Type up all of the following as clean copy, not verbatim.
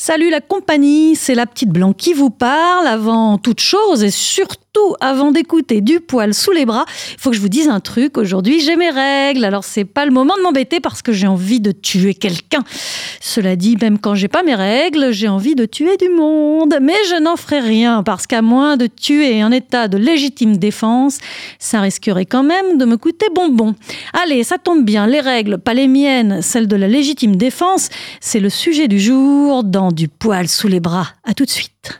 Salut la compagnie, c'est la petite Blanc qui vous parle. Avant toute chose et surtout avant d'écouter Du poil sous les bras, il faut que je vous dise un truc. Aujourd'hui, j'ai mes règles. Alors, c'est pas le moment de m'embêter parce que j'ai envie de tuer quelqu'un. Cela dit, même quand j'ai pas mes règles, j'ai envie de tuer du monde. Mais je n'en ferai rien parce qu'à moins de tuer en état de légitime défense, ça risquerait quand même de me coûter bonbon. Allez, ça tombe bien. Les règles, pas les miennes, celles de la légitime défense, c'est le sujet du jour dans Du poil sous les bras. À tout de suite.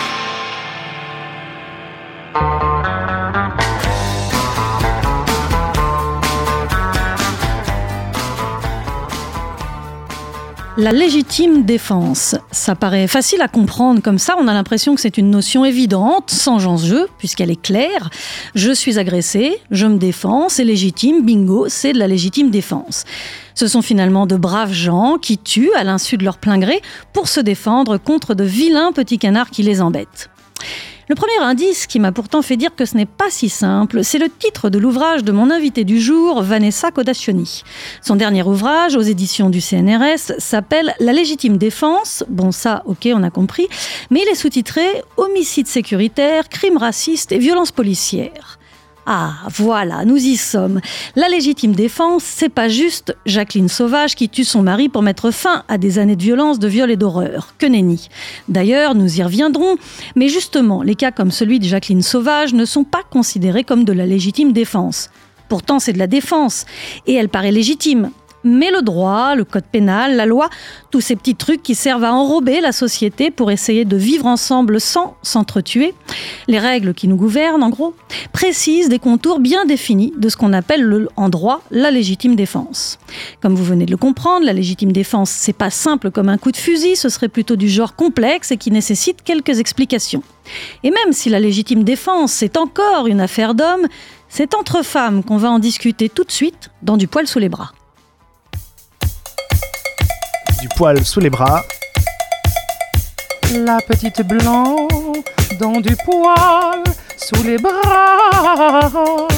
La légitime défense, ça paraît facile à comprendre comme ça, on a l'impression que c'est une notion évidente, sans enjeu, puisqu'elle est claire. Je suis agressé, je me défends, c'est légitime, bingo, c'est de la légitime défense. Ce sont finalement de braves gens qui tuent à l'insu de leur plein gré pour se défendre contre de vilains petits canards qui les embêtent. Le premier indice qui m'a pourtant fait dire que ce n'est pas si simple, c'est le titre de l'ouvrage de mon invité du jour, Vanessa Codaccioni. Son dernier ouvrage, aux éditions du CNRS, s'appelle « La légitime défense ». Bon, ça, ok, on a compris. Mais il est sous-titré « Homicide sécuritaire, crimes racistes et violences policières ». Ah, voilà, nous y sommes. La légitime défense, c'est pas juste Jacqueline Sauvage qui tue son mari pour mettre fin à des années de violence, de viol et d'horreur. Que nenni. D'ailleurs, nous y reviendrons, mais justement, les cas comme celui de Jacqueline Sauvage ne sont pas considérés comme de la légitime défense. Pourtant, c'est de la défense, et elle paraît légitime. Mais le droit, le code pénal, la loi, tous ces petits trucs qui servent à enrober la société pour essayer de vivre ensemble sans s'entretuer, les règles qui nous gouvernent en gros, précisent des contours bien définis de ce qu'on appelle en droit la légitime défense. Comme vous venez de le comprendre, la légitime défense, c'est pas simple comme un coup de fusil, ce serait plutôt du genre complexe et qui nécessite quelques explications. Et même si la légitime défense, c'est encore une affaire d'hommes, c'est entre femmes qu'on va en discuter tout de suite dans Du poil sous les bras. Du poil sous les bras. La petite Blanc dans du poil sous les bras.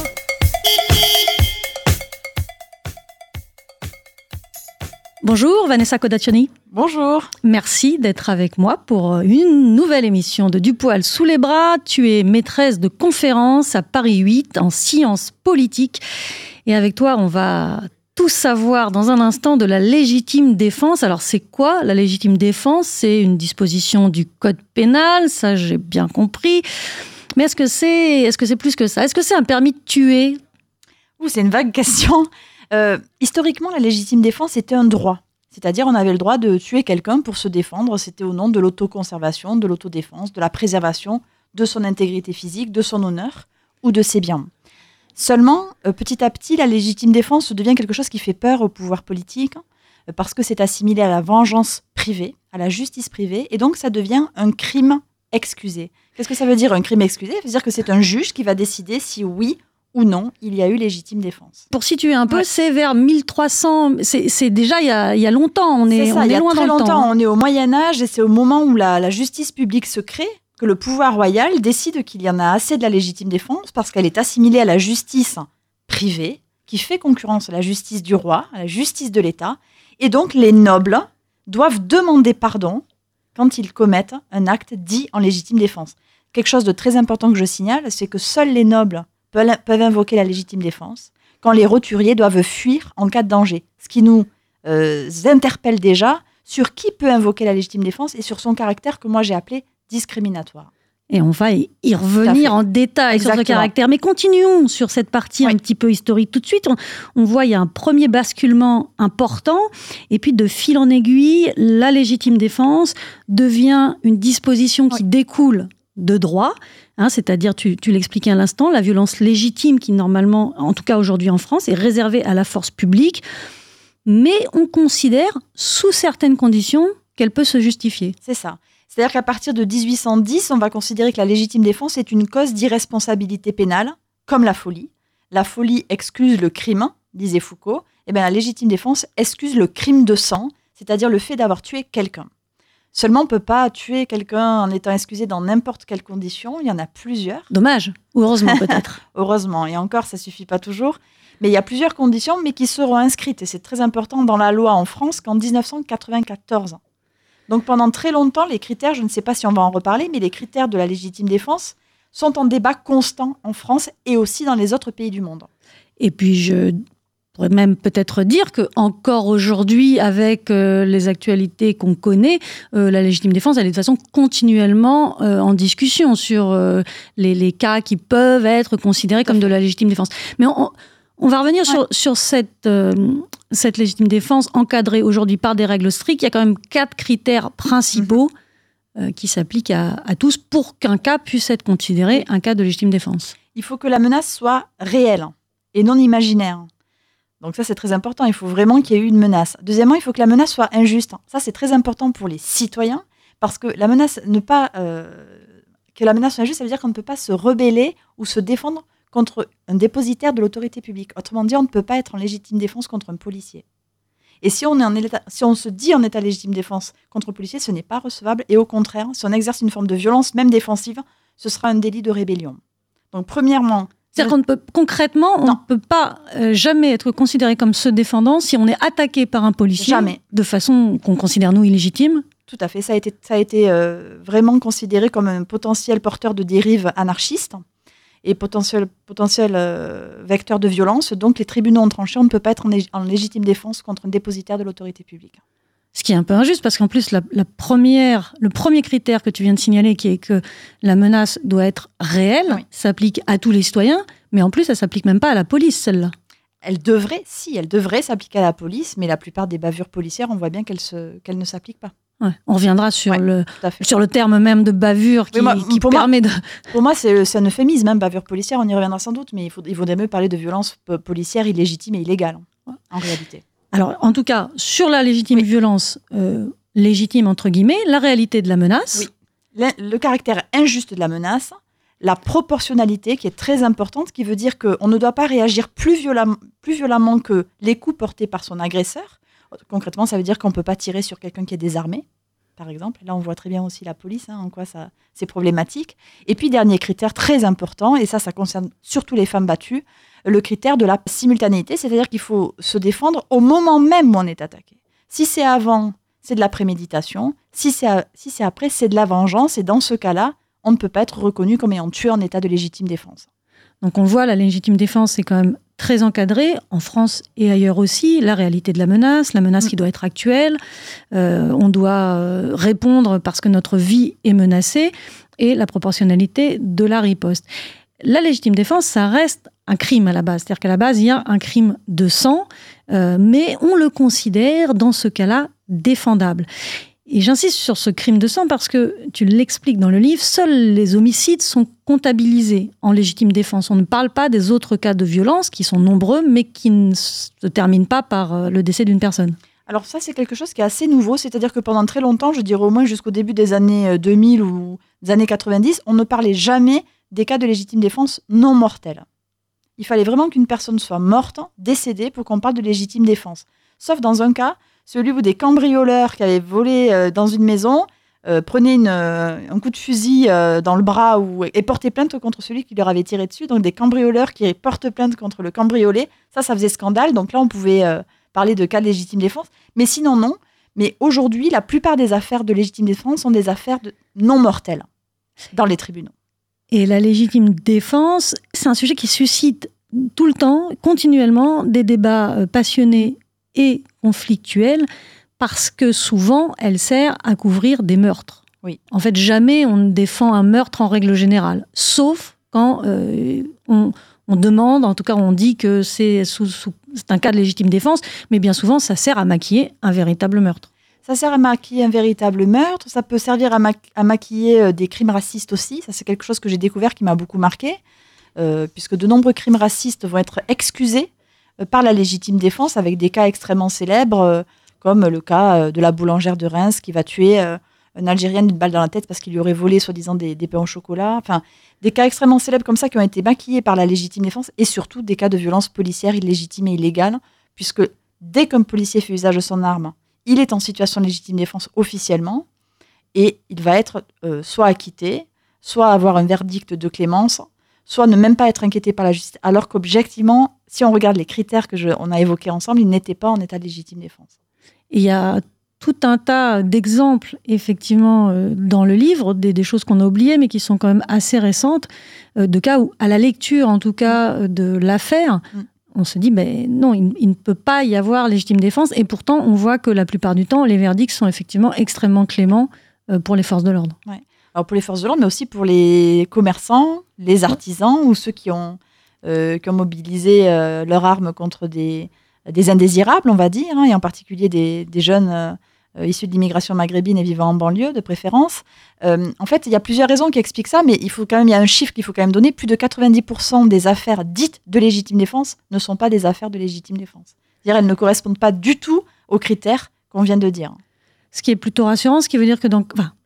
Bonjour Vanessa Codaccioni. Bonjour. Merci d'être avec moi pour une nouvelle émission de Du poil sous les bras. Tu es maîtresse de conférences à Paris 8 en sciences politiques. Et avec toi, on va tout savoir dans un instant de la légitime défense. Alors, c'est quoi la légitime défense ? C'est une disposition du code pénal, ça j'ai bien compris. Mais est-ce que c'est plus que ça ? Est-ce que c'est un permis de tuer ? C'est une vague question. Historiquement, la légitime défense était un droit. C'est-à-dire, on avait le droit de tuer quelqu'un pour se défendre. C'était au nom de l'autoconservation, de l'autodéfense, de la préservation de son intégrité physique, de son honneur ou de ses biens. Seulement, petit à petit, la légitime défense devient quelque chose qui fait peur au pouvoir politique parce que c'est assimilé à la vengeance privée, à la justice privée, et donc ça devient un crime excusé. Qu'est-ce que ça veut dire un crime excusé ? Ça veut dire que c'est un juge qui va décider si oui ou non il y a eu légitime défense. Pour situer un peu, c'est vers 1300, c'est déjà il y a longtemps, on est loin dans le temps. Il y a très longtemps, on est au Moyen-Âge et c'est au moment où la justice publique se crée que le pouvoir royal décide qu'il y en a assez de la légitime défense parce qu'elle est assimilée à la justice privée, qui fait concurrence à la justice du roi, à la justice de l'État. Et donc, les nobles doivent demander pardon quand ils commettent un acte dit en légitime défense. Quelque chose de très important que je signale, c'est que seuls les nobles peuvent invoquer la légitime défense quand les roturiers doivent fuir en cas de danger. Ce qui nous interpelle déjà sur qui peut invoquer la légitime défense et sur son caractère que moi j'ai appelé discriminatoire. Et on va y revenir en détail sur ce caractère. Mais continuons sur cette partie un petit peu historique. Tout de suite, on voit il y a un premier basculement important. Et puis, de fil en aiguille, la légitime défense devient une disposition qui découle de droit. C'est-à-dire, tu l'expliquais à l'instant, la violence légitime qui, normalement, en tout cas aujourd'hui en France, est réservée à la force publique. Mais on considère, sous certaines conditions, qu'elle peut se justifier. C'est ça. C'est-à-dire qu'à partir de 1810, on va considérer que la légitime défense est une cause d'irresponsabilité pénale, comme la folie. La folie excuse le crime, disait Foucault. Et bien la légitime défense excuse le crime de sang, c'est-à-dire le fait d'avoir tué quelqu'un. Seulement, on ne peut pas tuer quelqu'un en étant excusé dans n'importe quelle condition. Il y en a plusieurs. Dommage. Ou heureusement, peut-être. Heureusement. Et encore, ça ne suffit pas toujours. Mais il y a plusieurs conditions, mais qui seront inscrites. Et c'est très important dans la loi en France qu'en 1994. Donc pendant très longtemps, les critères, je ne sais pas si on va en reparler, mais les critères de la légitime défense sont en débat constant en France et aussi dans les autres pays du monde. Et puis je pourrais même peut-être dire qu'encore aujourd'hui, avec les actualités qu'on connaît, la légitime défense, elle est de toute façon continuellement en discussion sur les cas qui peuvent être considérés comme de la légitime défense. Mais on va revenir sur cette légitime défense encadrée aujourd'hui par des règles strictes. Il y a quand même 4 critères principaux qui s'appliquent à tous pour qu'un cas puisse être considéré un cas de légitime défense. Il faut que la menace soit réelle et non imaginaire. Donc ça, c'est très important. Il faut vraiment qu'il y ait eu une menace. Deuxièmement, il faut que la menace soit injuste. Ça, c'est très important pour les citoyens parce que la menace que la menace soit injuste, ça veut dire qu'on ne peut pas se rebeller ou se défendre contre un dépositaire de l'autorité publique. Autrement dit, on ne peut pas être en légitime défense contre un policier. Et si on se dit en état légitime défense contre un policier, ce n'est pas recevable. Et au contraire, si on exerce une forme de violence, même défensive, ce sera un délit de rébellion. Donc premièrement... C'est-à-dire qu'on ne peut, concrètement, on ne peut pas jamais être considéré comme se défendant si on est attaqué par un policier de façon qu'on considère, nous, illégitime. Tout à fait. Ça a été vraiment considéré comme un potentiel porteur de dérive anarchiste et potentiel vecteur de violence. Donc, les tribunaux ont tranché, on ne peut pas être en légitime défense contre un dépositaire de l'autorité publique. Ce qui est un peu injuste, parce qu'en plus, le premier critère que tu viens de signaler, qui est que la menace doit être réelle, s'applique à tous les citoyens, mais en plus, ça ne s'applique même pas à la police, celle-là. Elle devrait s'appliquer à la police, mais la plupart des bavures policières, on voit bien qu'elles ne s'appliquent pas. Ouais. On reviendra sur le terme même de bavure qui permet de... Pour moi, c'est un euphémisme, même bavure policière, on y reviendra sans doute, mais il faudrait mieux parler de violence policière illégitime et illégale, en réalité. Alors, en tout cas, sur la légitime violence, légitime entre guillemets, la réalité de la menace. Oui. Le caractère injuste de la menace, la proportionnalité qui est très importante, qui veut dire qu'on ne doit pas réagir plus violemment que les coups portés par son agresseur. Concrètement, ça veut dire qu'on ne peut pas tirer sur quelqu'un qui est désarmé, par exemple. Là, on voit très bien aussi la police, en quoi c'est problématique. Et puis, dernier critère très important, et ça concerne surtout les femmes battues, le critère de la simultanéité, c'est-à-dire qu'il faut se défendre au moment même où on est attaqué. Si c'est avant, c'est de la préméditation. Si c'est après, c'est de la vengeance. Et dans ce cas-là, on ne peut pas être reconnu comme ayant tué en état de légitime défense. Donc on voit, la légitime défense, c'est quand même très encadré, en France et ailleurs aussi, la réalité de la menace qui doit être actuelle, on doit répondre parce que notre vie est menacée, et la proportionnalité de la riposte. La légitime défense, ça reste un crime à la base. C'est-à-dire qu'à la base, il y a un crime de sang, mais on le considère, dans ce cas-là, défendable. Et j'insiste sur ce crime de sang parce que, tu l'expliques dans le livre, seuls les homicides sont comptabilisés en légitime défense. On ne parle pas des autres cas de violence, qui sont nombreux, mais qui ne se terminent pas par le décès d'une personne. Alors ça, c'est quelque chose qui est assez nouveau. C'est-à-dire que pendant très longtemps, je dirais au moins jusqu'au début des années 2000 ou des années 90, on ne parlait jamais des cas de légitime défense non mortels. Il fallait vraiment qu'une personne soit morte, décédée, pour qu'on parle de légitime défense. Sauf dans un cas, celui où des cambrioleurs qui avaient volé dans une maison prenaient un coup de fusil dans le bras et portaient plainte contre celui qui leur avait tiré dessus. Donc des cambrioleurs qui portent plainte contre le cambriolé, ça faisait scandale. Donc là, on pouvait parler de cas de légitime défense. Mais sinon, non. Mais aujourd'hui, la plupart des affaires de légitime défense sont des affaires non mortelles dans les tribunaux. Et la légitime défense, c'est un sujet qui suscite tout le temps, continuellement, des débats passionnés et conflictuelle, parce que souvent, elle sert à couvrir des meurtres. Oui. En fait, jamais on ne défend un meurtre en règle générale, sauf quand on demande, en tout cas on dit que c'est un cas de légitime défense, mais bien souvent, ça sert à maquiller un véritable meurtre. Ça sert à maquiller un véritable meurtre, ça peut servir à maquiller des crimes racistes aussi. Ça, c'est quelque chose que j'ai découvert qui m'a beaucoup marqué, puisque de nombreux crimes racistes vont être excusés par la légitime défense, avec des cas extrêmement célèbres, comme le cas de la boulangère de Reims qui va tuer un Algérien d'une balle dans la tête parce qu'il lui aurait volé, soi-disant, des pains au chocolat. Enfin, des cas extrêmement célèbres comme ça qui ont été maquillés par la légitime défense, et surtout des cas de violence policière illégitime et illégale, puisque dès qu'un policier fait usage de son arme, il est en situation de légitime défense officiellement, et il va être soit acquitté, soit avoir un verdict de clémence, soit ne même pas être inquiété par la justice, alors qu'objectivement, si on regarde les critères qu'on a évoqués ensemble, il n'était pas en état de légitime défense. Il y a tout un tas d'exemples, effectivement, dans le livre, des choses qu'on a oubliées, mais qui sont quand même assez récentes, de cas où, à la lecture, en tout cas, de l'affaire, on se dit, non, il ne peut pas y avoir légitime défense. Et pourtant, on voit que la plupart du temps, les verdicts sont effectivement extrêmement cléments pour les forces de l'ordre. Ouais. Alors pour les forces de l'ordre, mais aussi pour les commerçants, les artisans ou ceux qui ont mobilisé leurs armes contre des indésirables, on va dire, et en particulier des jeunes issus de l'immigration maghrébine et vivant en banlieue, de préférence. En fait, il y a plusieurs raisons qui expliquent ça, mais il y a un chiffre qu'il faut quand même donner. Plus de 90% des affaires dites de légitime défense ne sont pas des affaires de légitime défense. C'est-à-dire, elles ne correspondent pas du tout aux critères qu'on vient de dire. Ce qui est plutôt rassurant, ce qui veut dire que dans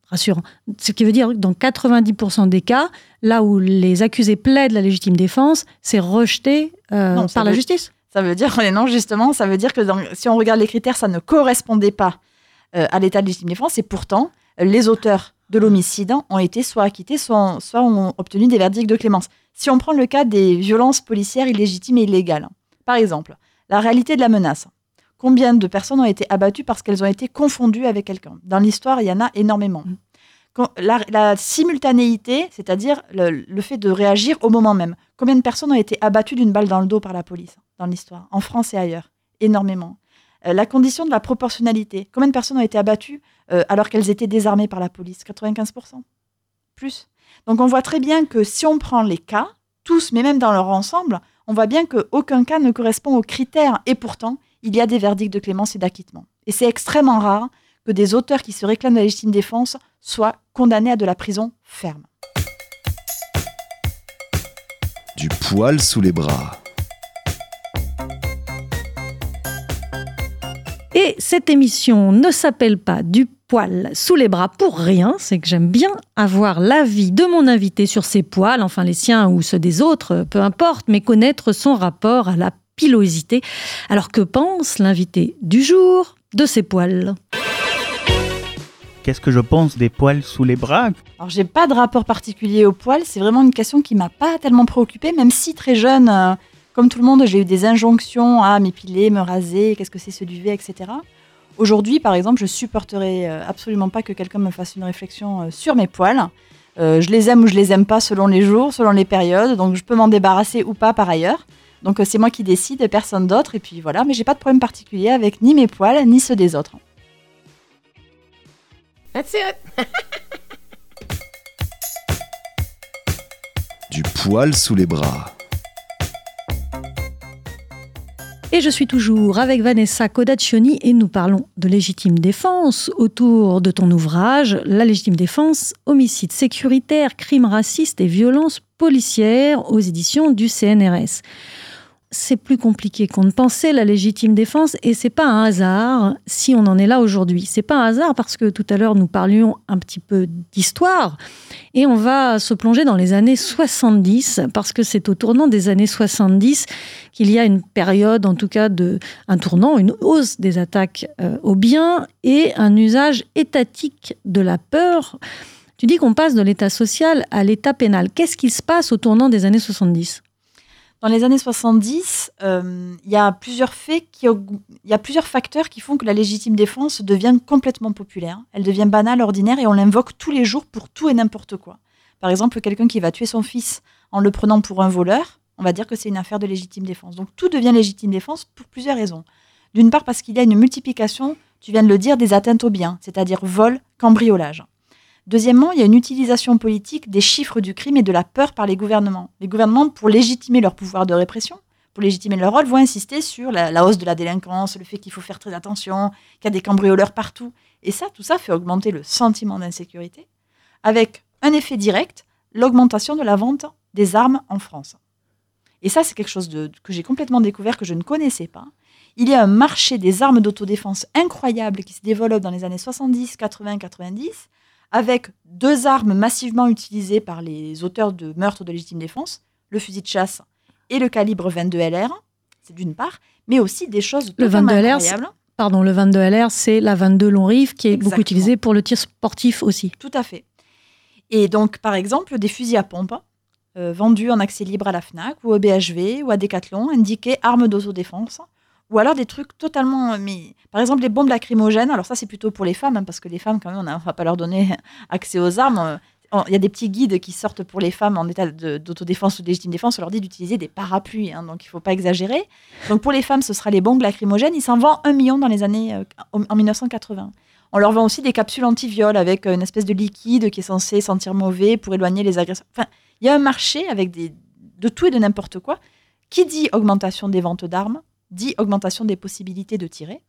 90% des cas, là où les accusés plaident la légitime défense, c'est rejeté par la justice. Ça veut dire, non, justement, ça veut dire que si on regarde les critères, ça ne correspondait pas à l'état de légitime défense, et pourtant, les auteurs de l'homicide ont été soit acquittés, soit ont obtenu des verdicts de clémence. Si on prend le cas des violences policières illégitimes et illégales, par exemple, la réalité de la menace. Combien de personnes ont été abattues parce qu'elles ont été confondues avec quelqu'un ? Dans l'histoire, il y en a énormément. La simultanéité, c'est-à-dire le fait de réagir au moment même. Combien de personnes ont été abattues d'une balle dans le dos par la police dans l'histoire, en France et ailleurs ? Énormément. La condition de la proportionnalité. Combien de personnes ont été abattues alors qu'elles étaient désarmées par la police ? 95%. Plus. Donc on voit très bien que si on prend les cas, tous, mais même dans leur ensemble, on voit bien qu'aucun cas ne correspond aux critères. Et pourtant, il y a des verdicts de clémence et d'acquittement. Et c'est extrêmement rare que des auteurs qui se réclament de la légitime défense soient condamnés à de la prison ferme. Du poil sous les bras. Et cette émission ne s'appelle pas Du poil sous les bras pour rien, c'est que j'aime bien avoir l'avis de mon invité sur ses poils, enfin les siens ou ceux des autres, peu importe, mais connaître son rapport à la pilosité. Alors que pense l'invité du jour de ses poils ? Qu'est-ce que je pense des poils sous les bras ? Alors, j'ai pas de rapport particulier aux poils, c'est vraiment une question qui m'a pas tellement préoccupée, même si très jeune, comme tout le monde, j'ai eu des injonctions à m'épiler, me raser, qu'est-ce que c'est ce duvet, etc. Aujourd'hui, par exemple, je supporterais absolument pas que quelqu'un me fasse une réflexion sur mes poils. Je les aime ou je les aime pas selon les jours, selon les périodes, donc je peux m'en débarrasser ou pas par ailleurs. Donc c'est moi qui décide, personne d'autre, et puis voilà, mais j'ai pas de problème particulier avec ni mes poils, ni ceux des autres. That's it. Du poil sous les bras. Et je suis toujours avec Vanessa Codaccioni et nous parlons de légitime défense autour de ton ouvrage « La légitime défense, homicide sécuritaire, crimes racistes et violences policières » aux éditions du CNRS. C'est plus compliqué qu'on ne pensait, la légitime défense, et c'est pas un hasard si on en est là aujourd'hui. C'est pas un hasard parce que tout à l'heure, nous parlions un petit peu d'histoire et on va se plonger dans les années 70 parce que c'est au tournant des années 70 qu'il y a une période, en tout cas, un tournant, une hausse des attaques aux biens et un usage étatique de la peur. Tu dis qu'on passe de l'état social à l'état pénal. Qu'est-ce qui se passe au tournant des années 70 ? Dans les années 70, il y a plusieurs facteurs qui font que la légitime défense devient complètement populaire. Elle devient banale, ordinaire, et on l'invoque tous les jours pour tout et n'importe quoi. Par exemple, quelqu'un qui va tuer son fils en le prenant pour un voleur, on va dire que c'est une affaire de légitime défense. Donc tout devient légitime défense pour plusieurs raisons. D'une part, parce qu'il y a une multiplication, tu viens de le dire, des atteintes aux biens, c'est-à-dire vol, cambriolage. Deuxièmement, il y a une utilisation politique des chiffres du crime et de la peur par les gouvernements. Les gouvernements, pour légitimer leur pouvoir de répression, pour légitimer leur rôle, vont insister sur la hausse de la délinquance, le fait qu'il faut faire très attention, qu'il y a des cambrioleurs partout. Et ça, tout ça fait augmenter le sentiment d'insécurité, avec un effet direct, l'augmentation de la vente des armes en France. Et ça, c'est quelque chose que j'ai complètement découvert, que je ne connaissais pas. Il y a un marché des armes d'autodéfense incroyable qui se développe dans les années 70, 80, 90, avec deux armes massivement utilisées par les auteurs de meurtres de légitime défense, le fusil de chasse et le calibre 22 LR, c'est d'une part, mais aussi des choses totalement incroyables. Le 22 LR, c'est la 22 long rifle qui est beaucoup utilisée pour le tir sportif aussi. Tout à fait. Et donc, par exemple, des fusils à pompe vendus en accès libre à la FNAC ou au BHV ou à Decathlon, indiqués armes d'autodéfense, Ou alors des trucs totalement... Mais, par exemple, les bombes lacrymogènes, alors ça c'est plutôt pour les femmes, parce que les femmes, quand même, on ne va pas leur donner accès aux armes. Il y a des petits guides qui sortent pour les femmes en état d'autodéfense ou de légitime défense. On leur dit d'utiliser des parapluies, donc il ne faut pas exagérer. Donc pour les femmes, ce sera les bombes lacrymogènes. Ils s'en vendent 1 million dans les années en 1980. On leur vend aussi des capsules anti-viol avec une espèce de liquide qui est censé sentir mauvais pour éloigner les agresseurs. Enfin, il y a un marché avec de tout et de n'importe quoi. Qui dit augmentation des ventes d'armes, dit augmentation des possibilités de tirer.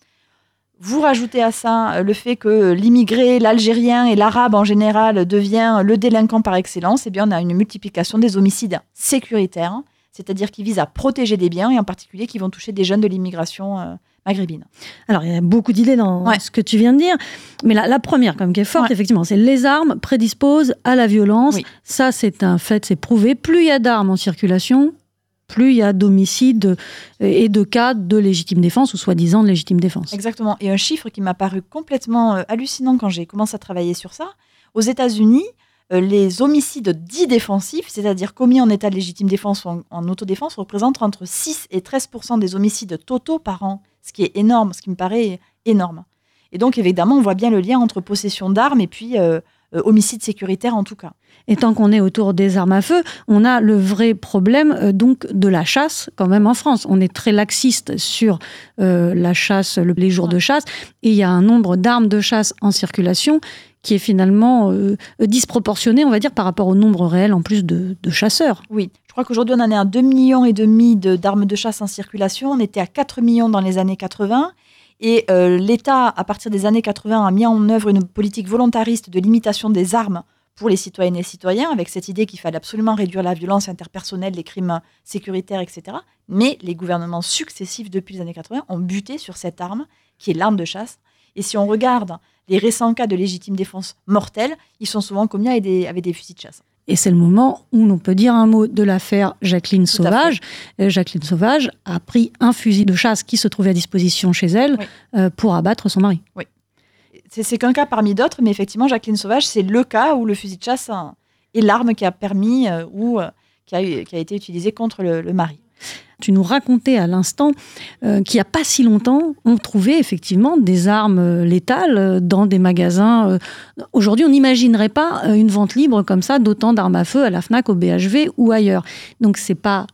Vous rajoutez à ça le fait que l'immigré, l'Algérien et l'Arabe en général devient le délinquant par excellence, et bien on a une multiplication des homicides sécuritaires, c'est-à-dire qui visent à protéger des biens et en particulier qui vont toucher des jeunes de l'immigration maghrébine. Alors il y a beaucoup d'idées dans ce que tu viens de dire, mais la première comme qui est forte, effectivement, c'est les armes prédisposent à la violence. Oui. Ça c'est un fait, c'est prouvé. Plus il y a d'armes en circulation, plus il y a d'homicides et de cas de légitime défense ou soi-disant de légitime défense. Exactement. Et un chiffre qui m'a paru complètement hallucinant quand j'ai commencé à travailler sur ça, aux États-Unis, les homicides dits défensifs, c'est-à-dire commis en état de légitime défense ou en autodéfense, représentent entre 6 et 13% des homicides totaux par an, ce qui est énorme, ce qui me paraît énorme. Et donc, évidemment, on voit bien le lien entre possession d'armes et puis homicide sécuritaire en tout cas. Et tant qu'on est autour des armes à feu, on a le vrai problème donc de la chasse quand même en France. On est très laxiste sur la chasse, les jours de chasse, et il y a un nombre d'armes de chasse en circulation qui est finalement disproportionné, on va dire, par rapport au nombre réel en plus de chasseurs. Oui, je crois qu'aujourd'hui on en est à 2,5 millions d'armes de chasse en circulation. On était à 4 millions dans les années 80. Et l'État, à partir des années 80, a mis en œuvre une politique volontariste de limitation des armes pour les citoyennes et les citoyens, avec cette idée qu'il fallait absolument réduire la violence interpersonnelle, les crimes sécuritaires, etc. Mais les gouvernements successifs depuis les années 80 ont buté sur cette arme, qui est l'arme de chasse. Et si on regarde les récents cas de légitime défense mortels, ils sont souvent commis avec des fusils de chasse. Et c'est le moment où l'on peut dire un mot de l'affaire Jacqueline Sauvage. Jacqueline Sauvage a pris un fusil de chasse qui se trouvait à disposition chez elle pour abattre son mari. Oui. C'est qu'un cas parmi d'autres, mais effectivement, Jacqueline Sauvage, c'est le cas où le fusil de chasse est l'arme qui a permis ou qui a été utilisée contre le mari. Tu nous racontais à l'instant qu'il n'y a pas si longtemps, on trouvait effectivement des armes létales dans des magasins. Aujourd'hui, on n'imaginerait pas une vente libre comme ça d'autant d'armes à feu à la Fnac, au BHV ou ailleurs. Donc, c'est pas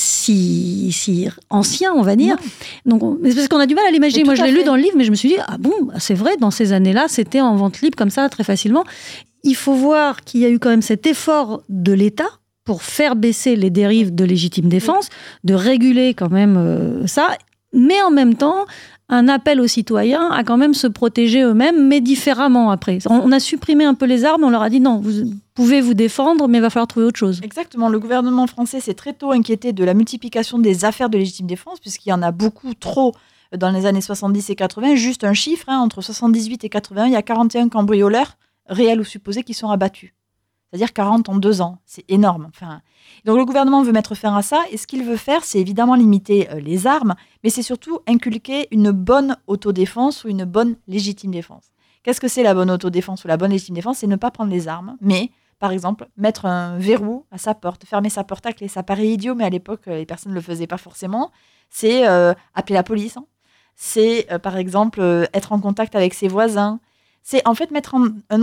si ancien, on va dire. Donc, c'est parce qu'on a du mal à l'imaginer. Moi, je l'ai lu dans le livre, mais je me suis dit, ah bon, c'est vrai, dans ces années-là, c'était en vente libre comme ça, très facilement. Il faut voir qu'il y a eu quand même cet effort de l'État pour faire baisser les dérives de légitime défense, de réguler quand même ça, mais en même temps, un appel aux citoyens à quand même se protéger eux-mêmes, mais différemment après. On a supprimé un peu les armes, on leur a dit non, vous pouvez vous défendre, mais il va falloir trouver autre chose. Exactement, le gouvernement français s'est très tôt inquiété de la multiplication des affaires de légitime défense, puisqu'il y en a beaucoup trop dans les années 70 et 80. Juste un chiffre, entre 78 et 80, il y a 41 cambrioleurs, réels ou supposés, qui sont abattus. C'est-à-dire 40 en 2 ans. C'est énorme. Donc le gouvernement veut mettre fin à ça. Et ce qu'il veut faire, c'est évidemment limiter les armes, mais c'est surtout inculquer une bonne autodéfense ou une bonne légitime défense. Qu'est-ce que c'est la bonne autodéfense ou la bonne légitime défense ? C'est ne pas prendre les armes, mais par exemple, mettre un verrou à sa porte, fermer sa porte à clé. Ça paraît idiot, mais à l'époque, les personnes ne le faisaient pas forcément. C'est appeler la police. C'est, par exemple, être en contact avec ses voisins. C'est en fait mettre en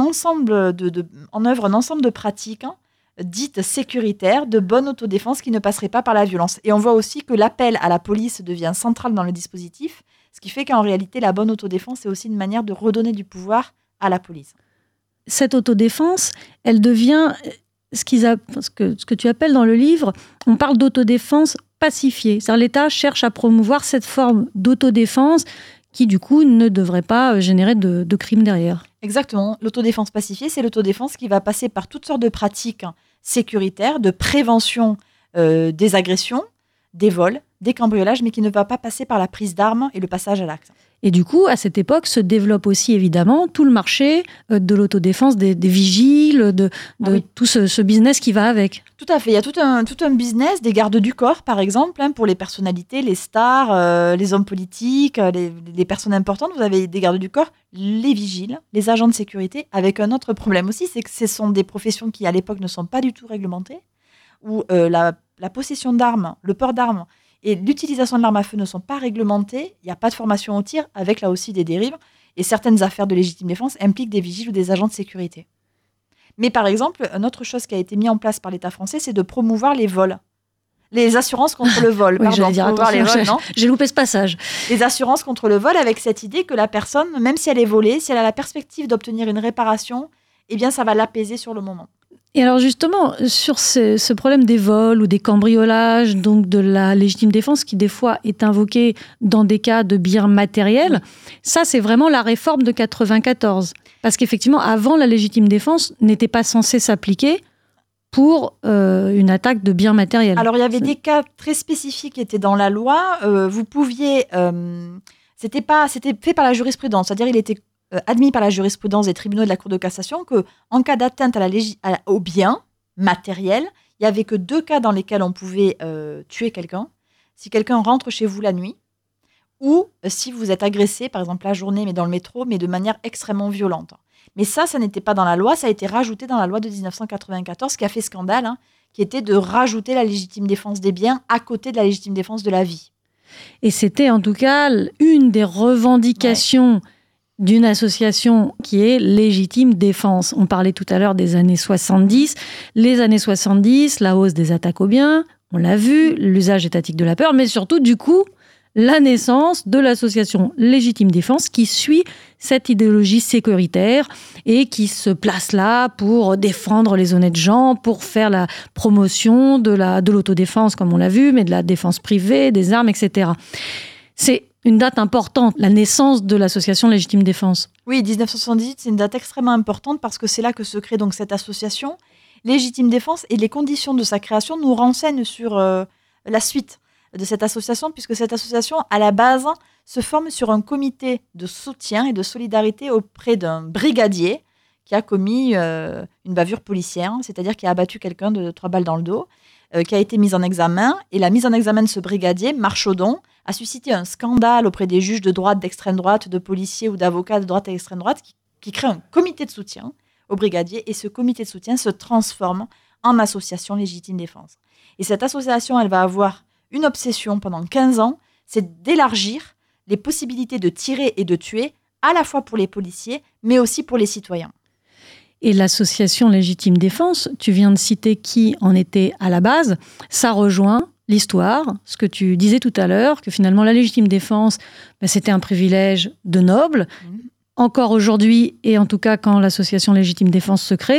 œuvre un ensemble de pratiques dites sécuritaires, de bonne autodéfense qui ne passeraient pas par la violence. Et on voit aussi que l'appel à la police devient central dans le dispositif, ce qui fait qu'en réalité, la bonne autodéfense est aussi une manière de redonner du pouvoir à la police. Cette autodéfense, elle devient ce que tu appelles dans le livre, on parle d'autodéfense pacifiée. C'est-à-dire l'État cherche à promouvoir cette forme d'autodéfense qui, du coup, ne devrait pas générer de crimes derrière. Exactement. L'autodéfense pacifiée, c'est l'autodéfense qui va passer par toutes sortes de pratiques sécuritaires, de prévention des agressions, des vols, des cambriolages, mais qui ne va pas passer par la prise d'armes et le passage à l'acte. Et du coup, à cette époque, se développe aussi évidemment tout le marché de l'autodéfense, des vigiles, tout ce business qui va avec. Tout à fait. Il y a tout un business des gardes du corps, par exemple, pour les personnalités, les stars, les hommes politiques, les personnes importantes. Vous avez des gardes du corps, les vigiles, les agents de sécurité, avec un autre problème aussi, c'est que ce sont des professions qui, à l'époque, ne sont pas du tout réglementées, où la possession d'armes, le port d'armes, Et l'utilisation de l'arme à feu ne sont pas réglementées. Il n'y a pas de formation au tir, avec là aussi des dérives. Et certaines affaires de légitime défense impliquent des vigiles ou des agents de sécurité. Mais par exemple, une autre chose qui a été mise en place par l'État français, c'est de promouvoir les vols. Les assurances contre le vol. Oui, j'allais dire, promouvoir les vols, non ? J'ai loupé ce passage. Les assurances contre le vol, avec cette idée que la personne, même si elle est volée, si elle a la perspective d'obtenir une réparation, eh bien, ça va l'apaiser sur le moment. Et alors justement, sur ce problème des vols ou des cambriolages, donc de la légitime défense qui des fois est invoquée dans des cas de biens matériels, ça c'est vraiment la réforme de 94. Parce qu'effectivement, avant, la légitime défense n'était pas censée s'appliquer pour une attaque de biens matériels. Alors il y avait des cas très spécifiques qui étaient dans la loi. Vous pouviez... c'était fait par la jurisprudence, c'est-à-dire il était admis par la jurisprudence des tribunaux de la Cour de cassation qu'en cas d'atteinte aux biens matériels, il n'y avait que 2 cas dans lesquels on pouvait tuer quelqu'un. Si quelqu'un rentre chez vous la nuit, ou si vous êtes agressé, par exemple la journée, mais dans le métro, mais de manière extrêmement violente. Mais ça n'était pas dans la loi, ça a été rajouté dans la loi de 1994, qui a fait scandale, qui était de rajouter la légitime défense des biens à côté de la légitime défense de la vie. Et c'était en tout cas une des revendications d'une association qui est Légitime Défense. On parlait tout à l'heure des années 70. Les années 70, la hausse des attaques aux biens, on l'a vu, l'usage étatique de la peur, mais surtout, du coup, la naissance de l'association Légitime Défense qui suit cette idéologie sécuritaire et qui se place là pour défendre les honnêtes gens, pour faire la promotion de l'autodéfense, comme on l'a vu, mais de la défense privée, des armes, etc. C'est une date importante, la naissance de l'association Légitime Défense. Oui, 1978, c'est une date extrêmement importante parce que c'est là que se crée donc cette association. Légitime Défense et les conditions de sa création nous renseignent sur la suite de cette association, puisque cette association, à la base, se forme sur un comité de soutien et de solidarité auprès d'un brigadier qui a commis une bavure policière, c'est-à-dire qui a abattu quelqu'un de 3 balles dans le dos, qui a été mis en examen. Et la mise en examen de ce brigadier, Marchaudon, a suscité un scandale auprès des juges de droite, d'extrême droite, de policiers ou d'avocats de droite et d'extrême droite, qui crée un comité de soutien au brigadier. Et ce comité de soutien se transforme en association Légitime Défense. Et cette association, elle va avoir une obsession pendant 15 ans, c'est d'élargir les possibilités de tirer et de tuer, à la fois pour les policiers, mais aussi pour les citoyens. Et l'association Légitime Défense, tu viens de citer qui en était à la base, ça rejoint l'histoire, ce que tu disais tout à l'heure, que finalement la légitime défense, c'était un privilège de nobles. Encore aujourd'hui, et en tout cas quand l'association Légitime Défense se crée,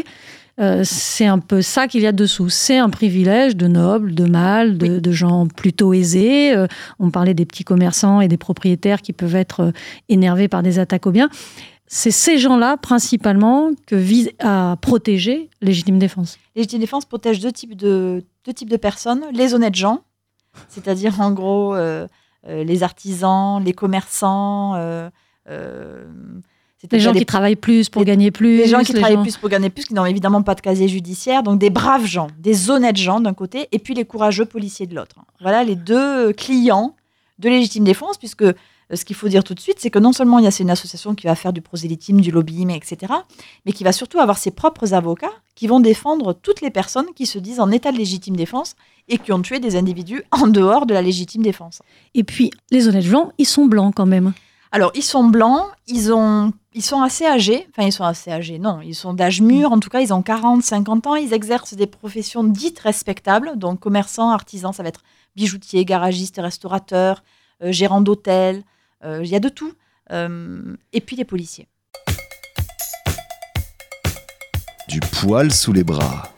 c'est un peu ça qu'il y a dessous. C'est un privilège de nobles, de mâles, de gens plutôt aisés. On parlait des petits commerçants et des propriétaires qui peuvent être énervés par des attaques aux biens. C'est ces gens-là, principalement, que vise à protéger Légitime Défense. Légitime Défense protège deux types de personnes. Les honnêtes gens, c'est-à-dire en gros les artisans, les commerçants... les gens qui travaillent plus pour gagner plus. Les gens qui travaillent plus pour gagner plus, qui n'ont évidemment pas de casier judiciaire. Donc des braves gens, des honnêtes gens d'un côté, et puis les courageux policiers de l'autre. Voilà les 2 clients de Légitime Défense, puisque ce qu'il faut dire tout de suite, c'est que non seulement c'est une association qui va faire du prosélytisme, du lobbying, etc., mais qui va surtout avoir ses propres avocats qui vont défendre toutes les personnes qui se disent en état de légitime défense et qui ont tué des individus en dehors de la légitime défense. Et puis, les honnêtes gens, ils sont blancs quand même. Alors, ils sont blancs, ils sont assez âgés. Enfin, ils sont assez âgés, non. Ils sont d'âge mûr, en tout cas, ils ont 40, 50 ans. Ils exercent des professions dites respectables. Donc, commerçants, artisans, ça va être bijoutier, garagiste, restaurateur, gérant d'hôtel. Il y a de tout. Et puis, les policiers. Du poil sous les bras.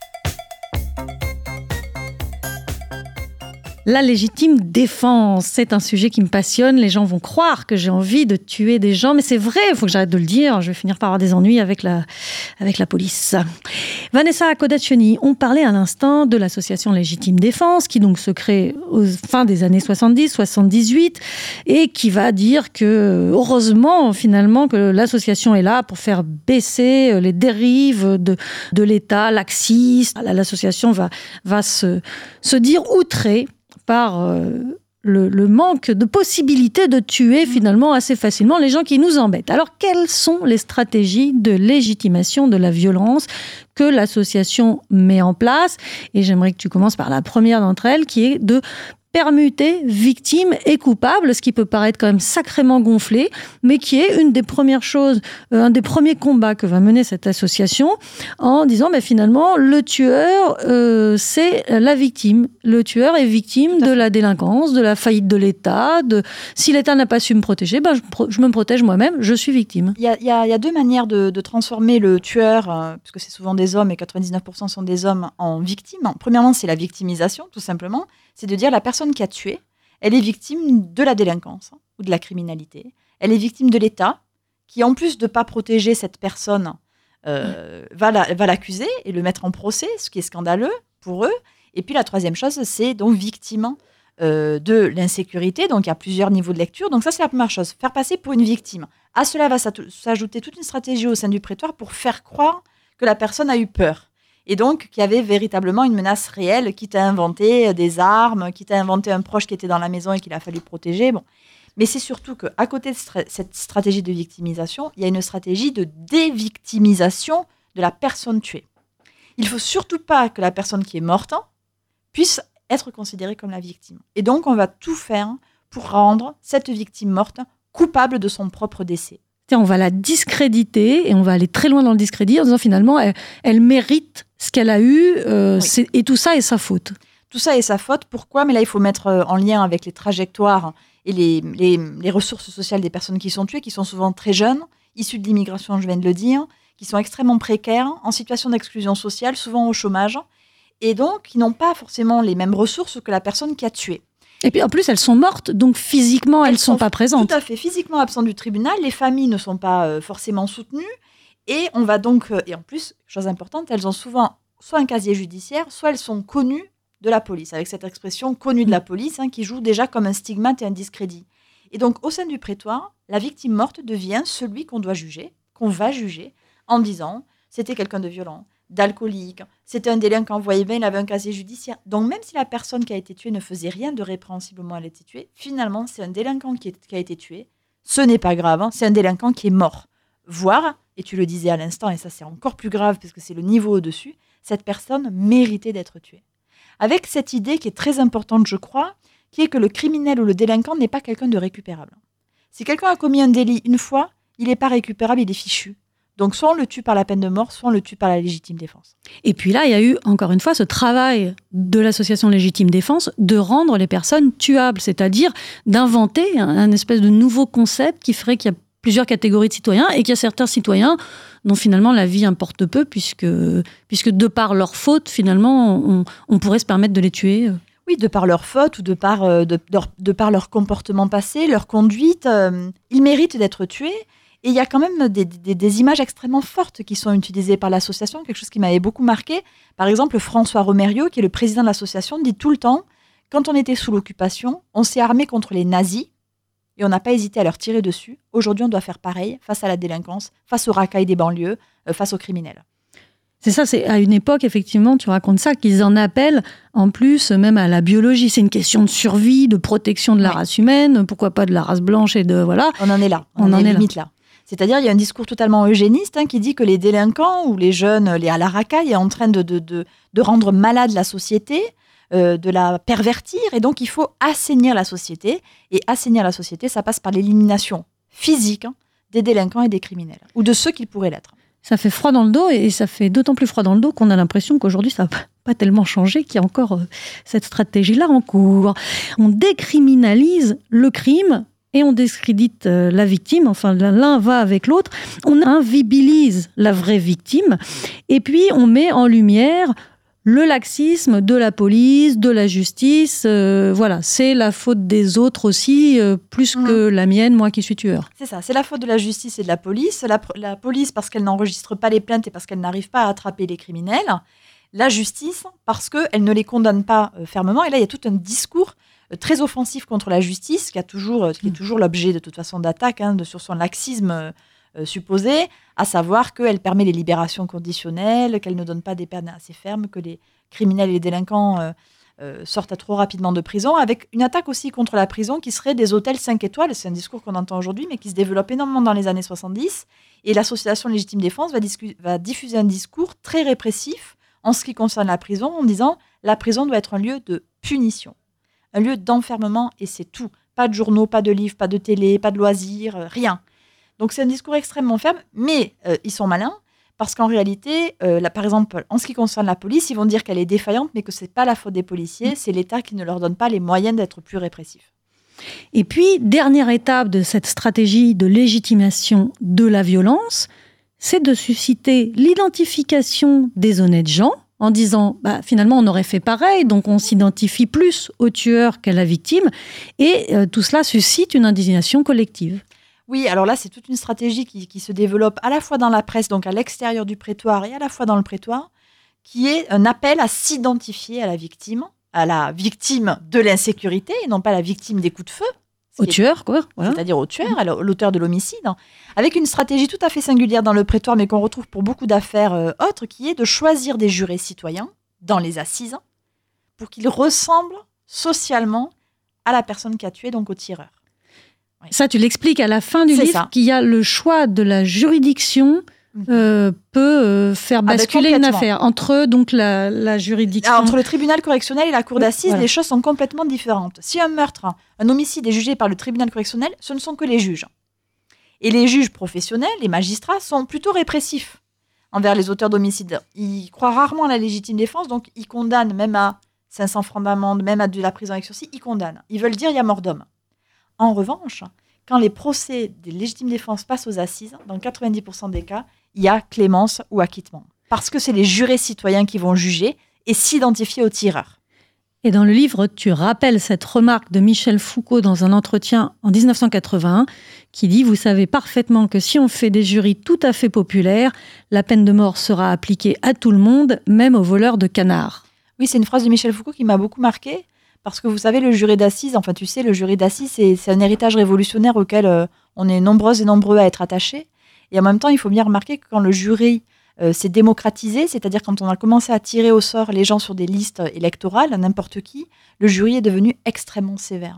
La légitime défense, c'est un sujet qui me passionne. Les gens vont croire que j'ai envie de tuer des gens, mais c'est vrai, il faut que j'arrête de le dire. Je vais finir par avoir des ennuis avec la police. Vanessa Kodacheni, on parlait à l'instant de l'association Légitime Défense, qui donc se crée aux fin des années 70, 78, et qui va dire que, heureusement, finalement, que l'association est là pour faire baisser les dérives de l'État laxiste. L'association va se dire outrée par le manque de possibilité de tuer finalement assez facilement les gens qui nous embêtent. Alors, quelles sont les stratégies de légitimation de la violence que l'association met en place ? Et j'aimerais que tu commences par la première d'entre elles, qui est de permuté victime et coupable, ce qui peut paraître quand même sacrément gonflé, mais qui est une des premières choses, un des premiers combats que va mener cette association, en disant finalement le tueur c'est la victime. Le tueur est victime de la délinquance, de la faillite de l'État. Si l'État n'a pas su me protéger, je me protège moi-même, je suis victime. Il y a deux manières de transformer le tueur, puisque c'est souvent des hommes et 99% sont des hommes, en victime. Premièrement, c'est la victimisation, tout simplement. C'est de dire la personne qui a tué, elle est victime de la délinquance ou de la criminalité. Elle est victime de l'État, qui en plus de ne pas protéger cette personne, va l'accuser et le mettre en procès, ce qui est scandaleux pour eux. Et puis la troisième chose, c'est donc victime de l'insécurité. Donc il y a plusieurs niveaux de lecture. Donc ça, c'est la première chose, faire passer pour une victime. À cela va s'ajouter toute une stratégie au sein du prétoire pour faire croire que la personne a eu peur. Et donc, qu'il y avait véritablement une menace réelle, qui t'a inventé des armes, qui t'a inventé un proche qui était dans la maison et qu'il a fallu protéger. Bon. Mais c'est surtout qu'à côté de cette stratégie de victimisation, il y a une stratégie de dévictimisation de la personne tuée. Il ne faut surtout pas que la personne qui est morte puisse être considérée comme la victime. Et donc, on va tout faire pour rendre cette victime morte coupable de son propre décès. On va la discréditer et on va aller très loin dans le discrédit en disant finalement elle mérite ce qu'elle a eu et tout ça est sa faute. Tout ça est sa faute. Pourquoi ? Mais là, il faut mettre en lien avec les trajectoires et les ressources sociales des personnes qui sont tuées, qui sont souvent très jeunes, issues de l'immigration, je viens de le dire, qui sont extrêmement précaires, en situation d'exclusion sociale, souvent au chômage, et donc qui n'ont pas forcément les mêmes ressources que la personne qui a tué. Et puis en plus, elles sont mortes, donc physiquement, elles ne sont pas présentes. Tout à fait, physiquement absentes du tribunal, les familles ne sont pas forcément soutenues, et on va donc, et en plus, chose importante, elles ont souvent soit un casier judiciaire, soit elles sont connues de la police, avec cette expression connue de la police, qui joue déjà comme un stigmate et un discrédit. Et donc, au sein du prétoire, la victime morte devient celui qu'on doit juger, qu'on va juger, en disant, c'était quelqu'un de violent, d'alcoolique, c'était un délinquant, vous voyez bien, il avait un casier judiciaire. Donc même si la personne qui a été tuée ne faisait rien de répréhensible au moment où elle a été tuée, finalement, c'est un délinquant qui a été tué. Ce n'est pas grave, c'est un délinquant qui est mort. Voire, et tu le disais à l'instant, et ça c'est encore plus grave parce que c'est le niveau au-dessus, cette personne méritait d'être tuée. Avec cette idée qui est très importante, je crois, qui est que le criminel ou le délinquant n'est pas quelqu'un de récupérable. Si quelqu'un a commis un délit une fois, il n'est pas récupérable, il est fichu. Donc, soit on le tue par la peine de mort, soit on le tue par la légitime défense. Et puis là, il y a eu, encore une fois, ce travail de l'association Légitime Défense de rendre les personnes tuables, c'est-à-dire d'inventer un espèce de nouveau concept qui ferait qu'il y a plusieurs catégories de citoyens et qu'il y a certains citoyens dont finalement la vie importe peu puisque de par leur faute, finalement, on pourrait se permettre de les tuer. Oui, de par leur faute ou de par leur comportement passé, leur conduite, ils méritent d'être tués. Et il y a quand même des images extrêmement fortes qui sont utilisées par l'association, quelque chose qui m'avait beaucoup marqué. Par exemple, François Romerio, qui est le président de l'association, dit tout le temps, quand on était sous l'occupation, on s'est armé contre les nazis et on n'a pas hésité à leur tirer dessus. Aujourd'hui, on doit faire pareil face à la délinquance, face aux racailles des banlieues, face aux criminels. C'est ça, c'est à une époque, effectivement, tu racontes ça, qu'ils en appellent en plus même à la biologie. C'est une question de survie, de protection de la race humaine, pourquoi pas de la race blanche et de... Voilà. On en est là, on en est limite là. C'est-à-dire, il y a un discours totalement eugéniste qui dit que les délinquants ou les jeunes, les à la racaille, est en train de rendre malade la société, de la pervertir. Et donc, il faut assainir la société. Et assainir la société, ça passe par l'élimination physique des délinquants et des criminels, ou de ceux qui pourraient l'être. Ça fait froid dans le dos, et ça fait d'autant plus froid dans le dos qu'on a l'impression qu'aujourd'hui, ça n'a pas tellement changé, qu'il y a encore cette stratégie-là en cours. On décriminalise le crime et on discrédite la victime, enfin l'un va avec l'autre, on invisibilise la vraie victime, et puis on met en lumière le laxisme de la police, de la justice, voilà, c'est la faute des autres aussi, plus que la mienne, moi qui suis tueur. C'est ça, c'est la faute de la justice et de la police. La police parce qu'elle n'enregistre pas les plaintes et parce qu'elle n'arrive pas à attraper les criminels. La justice parce qu'elle ne les condamne pas fermement. Et là, il y a tout un discours très offensif contre la justice, qui est toujours l'objet de toute façon d'attaque, sur son laxisme supposé, à savoir qu'elle permet les libérations conditionnelles, qu'elle ne donne pas des peines assez fermes, que les criminels et les délinquants sortent trop rapidement de prison, avec une attaque aussi contre la prison qui serait des hôtels 5 étoiles. C'est un discours qu'on entend aujourd'hui, mais qui se développe énormément dans les années 70. Et l'association Légitime Défense va diffuser un discours très répressif en ce qui concerne la prison, en disant la prison doit être un lieu de punition. un lieu d'enfermement et c'est tout. Pas de journaux, pas de livres, pas de télé, pas de loisirs, rien. Donc c'est un discours extrêmement ferme, mais ils sont malins parce qu'en réalité, par exemple, en ce qui concerne la police, ils vont dire qu'elle est défaillante, mais que c'est pas la faute des policiers, c'est l'État qui ne leur donne pas les moyens d'être plus répressifs. Et puis, dernière étape de cette stratégie de légitimation de la violence, c'est de susciter l'identification des honnêtes gens en disant finalement on aurait fait pareil, donc on s'identifie plus au tueur qu'à la victime, et tout cela suscite une indignation collective. Oui, alors là, c'est toute une stratégie qui se développe à la fois dans la presse, donc à l'extérieur du prétoire, et à la fois dans le prétoire, qui est un appel à s'identifier à la victime de l'insécurité, et non pas à la victime des coups de feu. Au tueur, quoi. Voilà. C'est-à-dire au tueur, à l'auteur de l'homicide, avec une stratégie tout à fait singulière dans le prétoire, mais qu'on retrouve pour beaucoup d'affaires autres, qui est de choisir des jurés citoyens dans les assises pour qu'ils ressemblent socialement à la personne qui a tué, donc au tireur. Oui. Ça, tu l'expliques à la fin du livre, qu'il y a le choix de la juridiction peut faire basculer une affaire. Entre donc la juridiction... Entre le tribunal correctionnel et la cour d'assises, les choses sont complètement différentes. Si un meurtre, un homicide est jugé par le tribunal correctionnel, ce ne sont que les juges. Et les juges professionnels, les magistrats, sont plutôt répressifs envers les auteurs d'homicides. Ils croient rarement à la légitime défense, donc ils condamnent même à 500 francs d'amende, même à de la prison avec sursis, ils condamnent. Ils veulent dire il y a mort d'homme. En revanche, quand les procès des légitimes défenses passent aux assises, dans 90% des cas, il y a clémence ou acquittement. Parce que c'est les jurés citoyens qui vont juger et s'identifier au tireur. Et dans le livre, tu rappelles cette remarque de Michel Foucault dans un entretien en 1981 qui dit « Vous savez parfaitement que si on fait des jurys tout à fait populaires, la peine de mort sera appliquée à tout le monde, même aux voleurs de canards. » Oui, c'est une phrase de Michel Foucault qui m'a beaucoup marquée. Parce que vous savez, le jury d'assises, le jury d'assises, c'est un héritage révolutionnaire auquel on est nombreuses et nombreux à être attachés. Et en même temps, il faut bien remarquer que quand le jury s'est démocratisé, c'est-à-dire quand on a commencé à tirer au sort les gens sur des listes électorales, n'importe qui, le jury est devenu extrêmement sévère.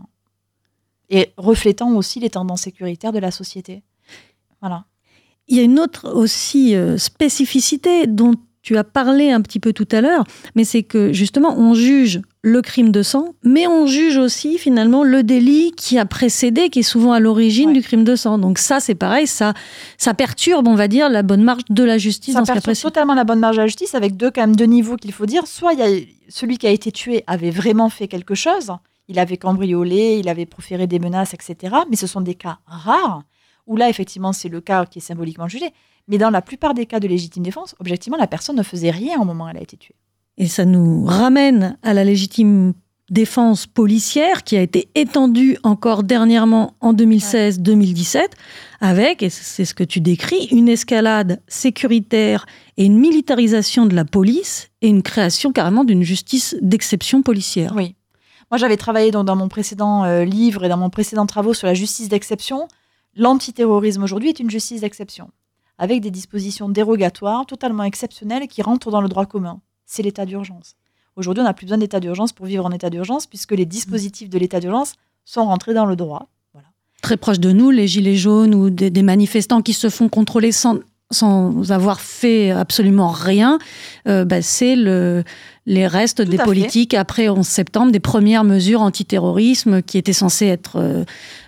Et reflétant aussi les tendances sécuritaires de la société. Voilà. Il y a une autre aussi spécificité dont tu as parlé un petit peu tout à l'heure, mais c'est que justement, on juge le crime de sang, mais on juge aussi finalement le délit qui a précédé, qui est souvent à l'origine du crime de sang. Donc ça, c'est pareil, ça perturbe, on va dire, la bonne marche de la justice. Ça perturbe totalement la bonne marche de la justice, avec deux niveaux qu'il faut dire. Soit il y a celui qui a été tué avait vraiment fait quelque chose, il avait cambriolé, il avait proféré des menaces, etc. Mais ce sont des cas rares, où là, effectivement, c'est le cas qui est symboliquement jugé. Mais dans la plupart des cas de légitime défense, objectivement, la personne ne faisait rien au moment où elle a été tuée. Et ça nous ramène à la légitime défense policière qui a été étendue encore dernièrement en 2016-2017 avec, et c'est ce que tu décris, une escalade sécuritaire et une militarisation de la police et une création carrément d'une justice d'exception policière. Oui. Moi, j'avais travaillé dans mon précédent livre et dans mon précédent travaux sur la justice d'exception. L'antiterrorisme aujourd'hui est une justice d'exception, avec des dispositions dérogatoires totalement exceptionnelles qui rentrent dans le droit commun. C'est l'état d'urgence. Aujourd'hui, on n'a plus besoin d'état d'urgence pour vivre en état d'urgence, puisque les dispositifs de l'état d'urgence sont rentrés dans le droit. Voilà. Très proche de nous, les gilets jaunes ou des manifestants qui se font contrôler sans avoir fait absolument rien, c'est les restes des politiques après 11 septembre, des premières mesures antiterrorisme qui étaient censées être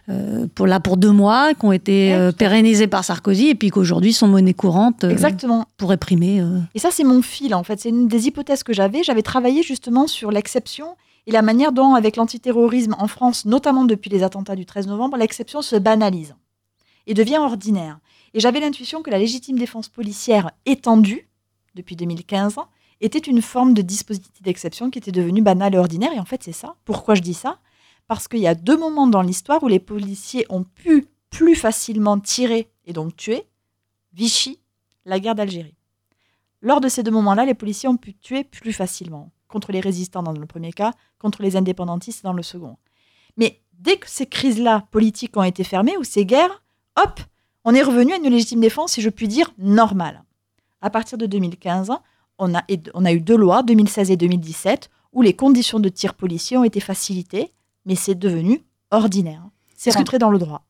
pour 2 mois, qui ont été pérennisées par Sarkozy et puis qu'aujourd'hui sont monnaie courante pour réprimer. Et ça, c'est mon fil, en fait. C'est une des hypothèses que j'avais. J'avais travaillé justement sur l'exception et la manière dont, avec l'antiterrorisme en France, notamment depuis les attentats du 13 novembre, l'exception se banalise et devient ordinaire. Et j'avais l'intuition que la légitime défense policière étendue, depuis 2015, était une forme de dispositif d'exception qui était devenu banal et ordinaire. Et en fait, c'est ça. Pourquoi je dis ça ? Parce qu'il y a 2 moments dans l'histoire où les policiers ont pu plus facilement tirer et donc tuer. Vichy, la guerre d'Algérie. Lors de ces 2 moments-là, les policiers ont pu tuer plus facilement. Contre les résistants dans le premier cas, contre les indépendantistes dans le second. Mais dès que ces crises-là politiques ont été fermées, ou ces guerres, hop, on est revenu à une légitime défense, si je puis dire, normale. À partir de 2015, on a eu 2 lois, 2016 et 2017, où les conditions de tir policier ont été facilitées, mais c'est devenu ordinaire. C'est rentré dans le droit.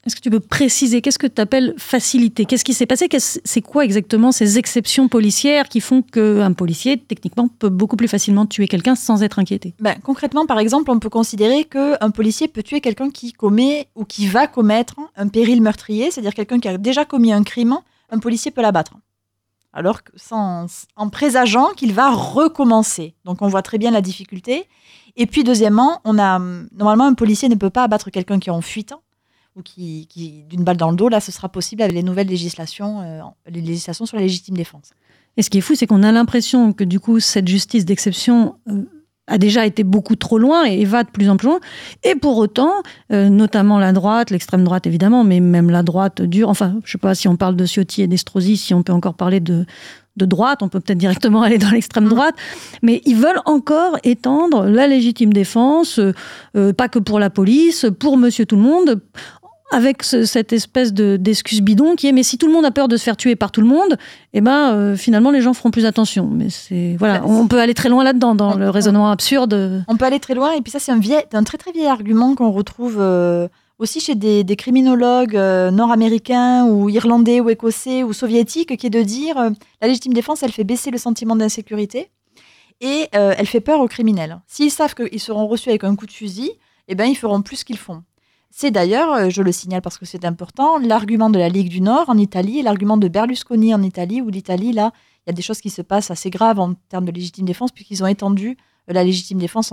Est-ce que tu peux préciser, qu'est-ce que tu appelles facilité ? Qu'est-ce qui s'est passé ? C'est quoi exactement ces exceptions policières qui font qu'un policier, techniquement, peut beaucoup plus facilement tuer quelqu'un sans être inquiété ? Concrètement, par exemple, on peut considérer qu'un policier peut tuer quelqu'un qui commet ou qui va commettre un péril meurtrier, c'est-à-dire quelqu'un qui a déjà commis un crime, un policier peut l'abattre. Alors en présageant qu'il va recommencer. Donc on voit très bien la difficulté. Et puis deuxièmement, normalement un policier ne peut pas abattre quelqu'un qui est en fuite ou qui d'une balle dans le dos. Là, ce sera possible avec les nouvelles législations, les législations sur la légitime défense. Et ce qui est fou, c'est qu'on a l'impression que du coup, cette justice d'exception a déjà été beaucoup trop loin et va de plus en plus loin. Et pour autant, notamment la droite, l'extrême droite évidemment, mais même la droite dure, enfin, je ne sais pas si on parle de Ciotti et d'Estrosi, si on peut encore parler de droite, on peut peut-être directement aller dans l'extrême droite, mais ils veulent encore étendre la légitime défense, pas que pour la police, pour monsieur tout le monde, avec cette espèce d'excuse bidon qui est mais si tout le monde a peur de se faire tuer par tout le monde, finalement les gens feront plus attention. Mais on peut aller très loin là-dedans dans le raisonnement absurde. On peut aller très loin et puis ça c'est un très très vieil argument qu'on retrouve aussi chez des criminologues nord-américains ou irlandais ou écossais ou soviétiques qui est de dire la légitime défense elle fait baisser le sentiment d'insécurité et elle fait peur aux criminels. S'ils savent qu'ils seront reçus avec un coup de fusil, ils feront plus ce qu'ils font. C'est d'ailleurs, je le signale parce que c'est important, l'argument de la Ligue du Nord en Italie et l'argument de Berlusconi en Italie, où l'Italie, là, il y a des choses qui se passent assez graves en termes de légitime défense, puisqu'ils ont étendu la légitime défense en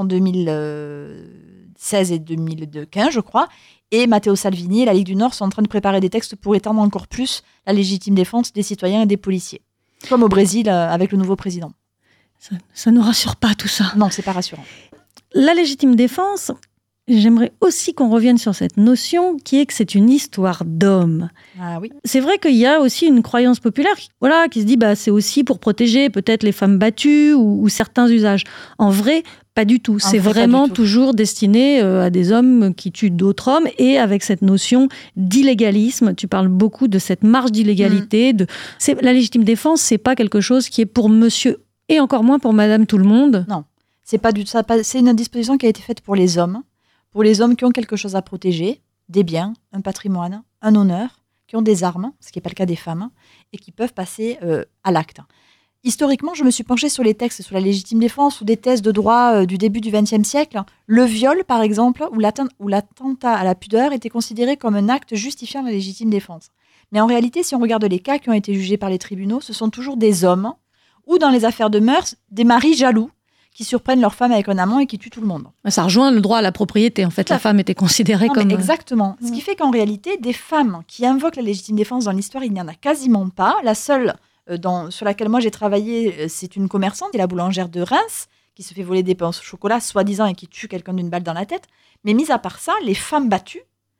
2016 et 2015, je crois. Et Matteo Salvini et la Ligue du Nord sont en train de préparer des textes pour étendre encore plus la légitime défense des citoyens et des policiers. Comme au Brésil avec le nouveau président. Ça ne nous rassure pas tout ça. Non, c'est pas rassurant. La légitime défense... J'aimerais aussi qu'on revienne sur cette notion qui est que c'est une histoire d'hommes. Ah oui. C'est vrai qu'il y a aussi une croyance populaire qui se dit c'est aussi pour protéger peut-être les femmes battues ou certains usages. En vrai, pas du tout. C'est vraiment toujours destiné à des hommes qui tuent d'autres hommes et avec cette notion d'illégalisme. Tu parles beaucoup de cette marge d'illégalité. La légitime défense, c'est pas quelque chose qui est pour monsieur et encore moins pour madame tout le monde. Non, c'est pas du tout ça. C'est une disposition qui a été faite pour les hommes. Pour les hommes qui ont quelque chose à protéger, des biens, un patrimoine, un honneur, qui ont des armes, ce qui n'est pas le cas des femmes, et qui peuvent passer à l'acte. Historiquement, je me suis penchée sur les textes sur la légitime défense ou des thèses de droit du début du XXe siècle. Le viol, par exemple, ou l'attentat à la pudeur était considéré comme un acte justifiant la légitime défense. Mais en réalité, si on regarde les cas qui ont été jugés par les tribunaux, ce sont toujours des hommes, ou dans les affaires de mœurs, des maris jaloux, qui surprennent leur femme avec un amant et qui tuent tout le monde. Ça rejoint le droit à la propriété. En fait, la femme était considérée comme... Exactement. Ce qui fait qu'en réalité, des femmes qui invoquent la légitime défense dans l'histoire, il n'y en a quasiment pas. La seule sur laquelle moi j'ai travaillé, c'est une commerçante, c'est la boulangère de Reims, qui se fait voler des pains au chocolat, soi-disant, et qui tue quelqu'un d'une balle dans la tête. Mais mis à part ça, les femmes battues,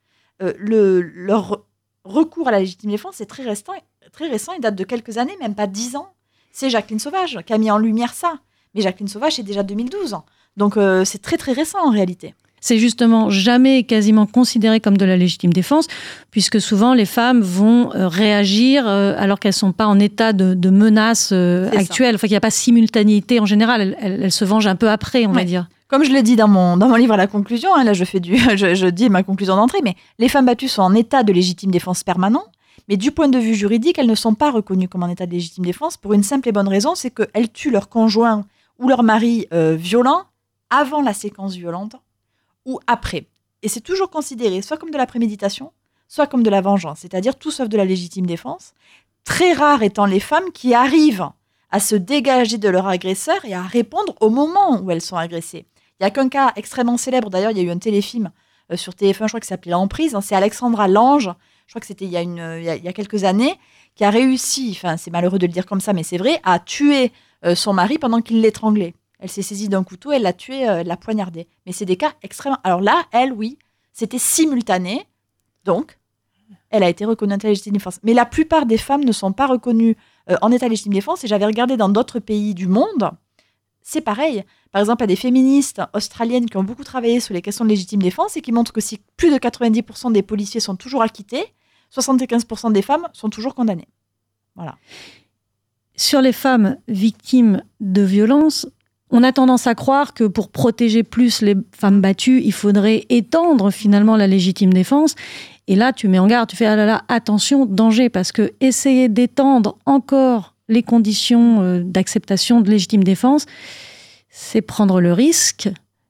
leur recours à la légitime défense est très récent, il date de quelques années, même pas 10 ans. C'est Jacqueline Sauvage qui a mis en lumière ça. Mais Jacqueline Sauvage, c'est déjà 2012. Donc, c'est très, très récent en réalité. C'est justement jamais quasiment considéré comme de la légitime défense, puisque souvent les femmes vont réagir alors qu'elles ne sont pas en état de menace actuelle. Enfin, il n'y a pas simultanéité en général. Elles se vengent un peu après, on va dire. Comme je le dis dans mon livre à la conclusion, là je dis ma conclusion d'entrée, mais les femmes battues sont en état de légitime défense permanent. Mais du point de vue juridique, elles ne sont pas reconnues comme en état de légitime défense pour une simple et bonne raison, c'est qu'elles tuent leur conjoint ou leur mari violent avant la séquence violente ou après. Et c'est toujours considéré soit comme de la préméditation, soit comme de la vengeance, c'est-à-dire tout sauf de la légitime défense. Très rares étant les femmes qui arrivent à se dégager de leur agresseur et à répondre au moment où elles sont agressées. Il n'y a qu'un cas extrêmement célèbre, d'ailleurs il y a eu un téléfilm sur TF1, je crois que ça s'appelait L'Emprise, c'est Alexandra Lange, je crois que c'était il y a quelques années, qui a réussi, enfin c'est malheureux de le dire comme ça, mais c'est vrai, à tuer son mari pendant qu'il l'étranglait. Elle s'est saisie d'un couteau, elle l'a tué, elle l'a poignardé. Mais c'est des cas extrêmement... Alors là, elle, oui, c'était simultané, donc elle a été reconnue en état de légitime défense. Mais la plupart des femmes ne sont pas reconnues en état de légitime défense, et j'avais regardé dans d'autres pays du monde, c'est pareil. Par exemple, il y a des féministes australiennes qui ont beaucoup travaillé sur les questions de légitime défense et qui montrent que si plus de 90% des policiers sont toujours acquittés, 75% des femmes sont toujours condamnées. Voilà. Sur les femmes victimes de violences, on a tendance à croire que pour protéger plus les femmes battues, il faudrait étendre finalement la légitime défense. Et là, tu mets en garde, tu fais « Ah là là, attention, danger », parce que essayer d'étendre encore les conditions d'acceptation de légitime défense, c'est prendre le risque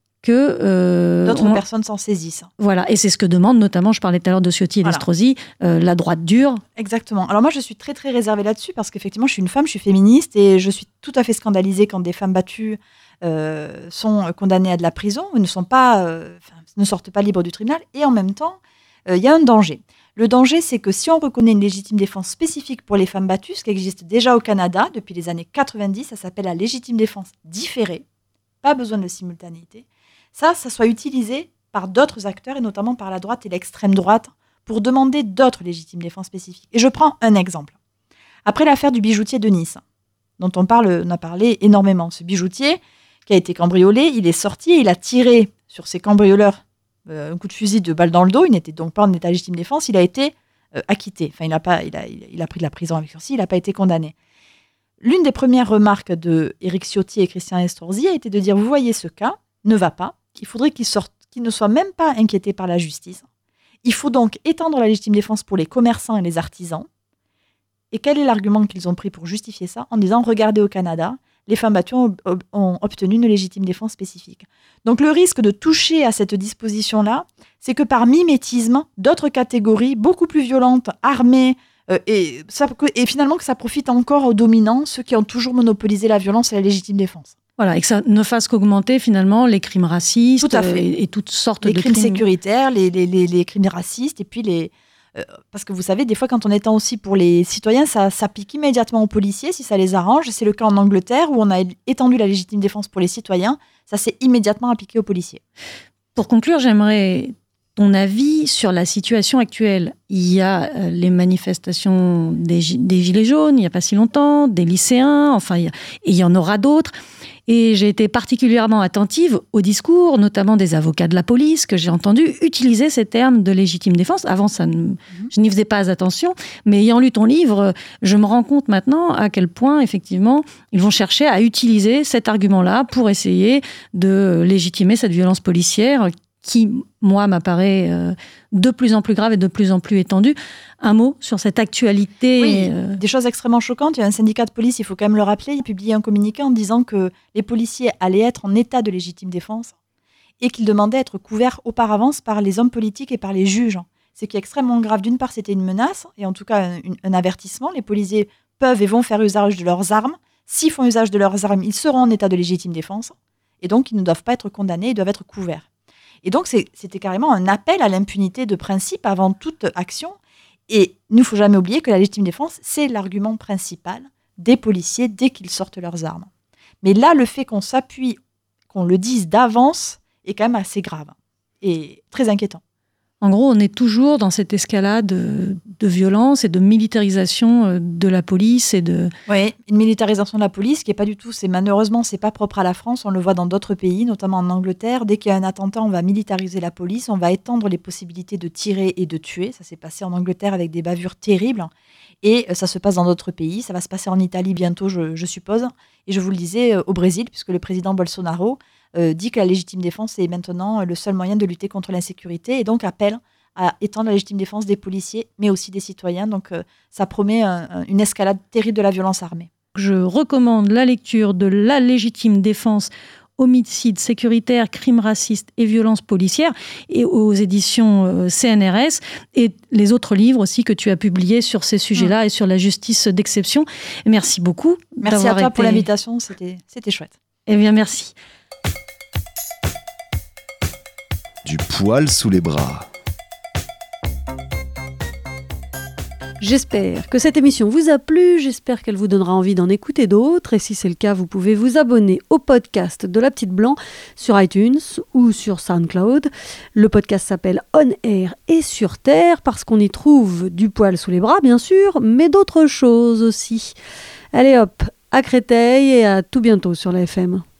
que... d'autres personnes s'en saisissent. Voilà, et c'est ce que demande notamment, je parlais tout à l'heure de Ciotti et d'Estrosi, la droite dure. Exactement. Alors moi, je suis très très réservée là-dessus parce qu'effectivement, je suis une femme, je suis féministe et je suis tout à fait scandalisée quand des femmes battues sont condamnées à de la prison, ne sortent pas libres du tribunal. Et en même temps, il y a un danger. Le danger, c'est que si on reconnaît une légitime défense spécifique pour les femmes battues, ce qui existe déjà au Canada depuis les années 90, ça s'appelle la légitime défense différée, pas besoin de simultanéité, ça soit utilisé par d'autres acteurs, et notamment par la droite et l'extrême droite, pour demander d'autres légitimes défenses spécifiques. Et je prends un exemple. Après l'affaire du bijoutier de Nice, dont on a parlé énormément, ce bijoutier qui a été cambriolé, il est sorti et il a tiré sur ses cambrioleurs un coup de fusil de balle dans le dos, il n'était donc pas en état de légitime défense, il a été acquitté. Enfin, il a pris de la prison avec sursis, il n'a pas été condamné. L'une des premières remarques de Éric Ciotti et Christian Estrosi a été de dire, vous voyez, ce cas ne va pas, il faudrait qu'il ne soit même pas inquiété par la justice. Il faut donc étendre la légitime défense pour les commerçants et les artisans. Et quel est l'argument qu'ils ont pris pour justifier ça? En disant, regardez au Canada, les femmes battues ont obtenu une légitime défense spécifique. Donc le risque de toucher à cette disposition-là, c'est que par mimétisme, d'autres catégories beaucoup plus violentes, armées, et finalement que ça profite encore aux dominants, ceux qui ont toujours monopolisé la violence et la légitime défense. Voilà, et que ça ne fasse qu'augmenter finalement les crimes racistes. Tout à fait. Et toutes sortes de crimes. Les crimes sécuritaires, les crimes racistes, et puis parce que vous savez, des fois, quand on étend aussi pour les citoyens, ça s'applique immédiatement aux policiers, si ça les arrange. C'est le cas en Angleterre, où on a étendu la légitime défense pour les citoyens. Ça s'est immédiatement appliqué aux policiers. Pour conclure, j'aimerais ton avis sur la situation actuelle. Il y a les manifestations des Gilets jaunes, il n'y a pas si longtemps, des lycéens, enfin, et il y en aura d'autres. Et j'ai été particulièrement attentive aux discours, notamment des avocats de la police, que j'ai entendu utiliser ces termes de légitime défense. Avant, je n'y faisais pas attention, mais ayant lu ton livre, je me rends compte maintenant à quel point, effectivement, ils vont chercher à utiliser cet argument-là pour essayer de légitimer cette violence policière qui, moi, m'apparaît de plus en plus grave et de plus en plus étendue. Un mot sur cette actualité. Oui, des choses extrêmement choquantes. Il y a un syndicat de police, il faut quand même le rappeler, il a publié un communiqué en disant que les policiers allaient être en état de légitime défense et qu'ils demandaient à être couverts auparavant par les hommes politiques et par les juges. Ce qui est extrêmement grave. D'une part, c'était une menace, et en tout cas un avertissement. Les policiers peuvent et vont faire usage de leurs armes. S'ils font usage de leurs armes, ils seront en état de légitime défense. Et donc, ils ne doivent pas être condamnés, ils doivent être couverts. Et donc, c'était carrément un appel à l'impunité de principe avant toute action. Et il ne faut jamais oublier que la légitime défense, c'est l'argument principal des policiers dès qu'ils sortent leurs armes. Mais là, le fait qu'on s'appuie, qu'on le dise d'avance, est quand même assez grave et très inquiétant. En gros, on est toujours dans cette escalade de violence et de militarisation de la police et de... Oui, une militarisation de la police qui est pas du tout... Malheureusement, c'est pas propre à la France. On le voit dans d'autres pays, notamment en Angleterre. Dès qu'il y a un attentat, on va militariser la police. On va étendre les possibilités de tirer et de tuer. Ça s'est passé en Angleterre avec des bavures terribles. Et ça se passe dans d'autres pays. Ça va se passer en Italie bientôt, je suppose. Et je vous le disais, au Brésil, puisque le président Bolsonaro dit que la légitime défense est maintenant le seul moyen de lutter contre l'insécurité et donc appelle à étendre la légitime défense des policiers, mais aussi des citoyens. Donc ça promet une escalade terrible de la violence armée. Je recommande la lecture de La légitime défense, homicide sécuritaire, crimes racistes et violences policières, et aux éditions CNRS, et les autres livres aussi que tu as publiés sur ces sujets-là et sur la justice d'exception. Merci beaucoup. Merci à toi pour l'invitation, c'était chouette. Eh bien, merci. Du poil sous les bras. J'espère que cette émission vous a plu, j'espère qu'elle vous donnera envie d'en écouter d'autres, et si c'est le cas, vous pouvez vous abonner au podcast de La Petite Blanc sur iTunes ou sur SoundCloud. Le podcast s'appelle On Air et sur Terre, parce qu'on y trouve du poil sous les bras, bien sûr, mais d'autres choses aussi. Allez hop, à Créteil et à tout bientôt sur la FM.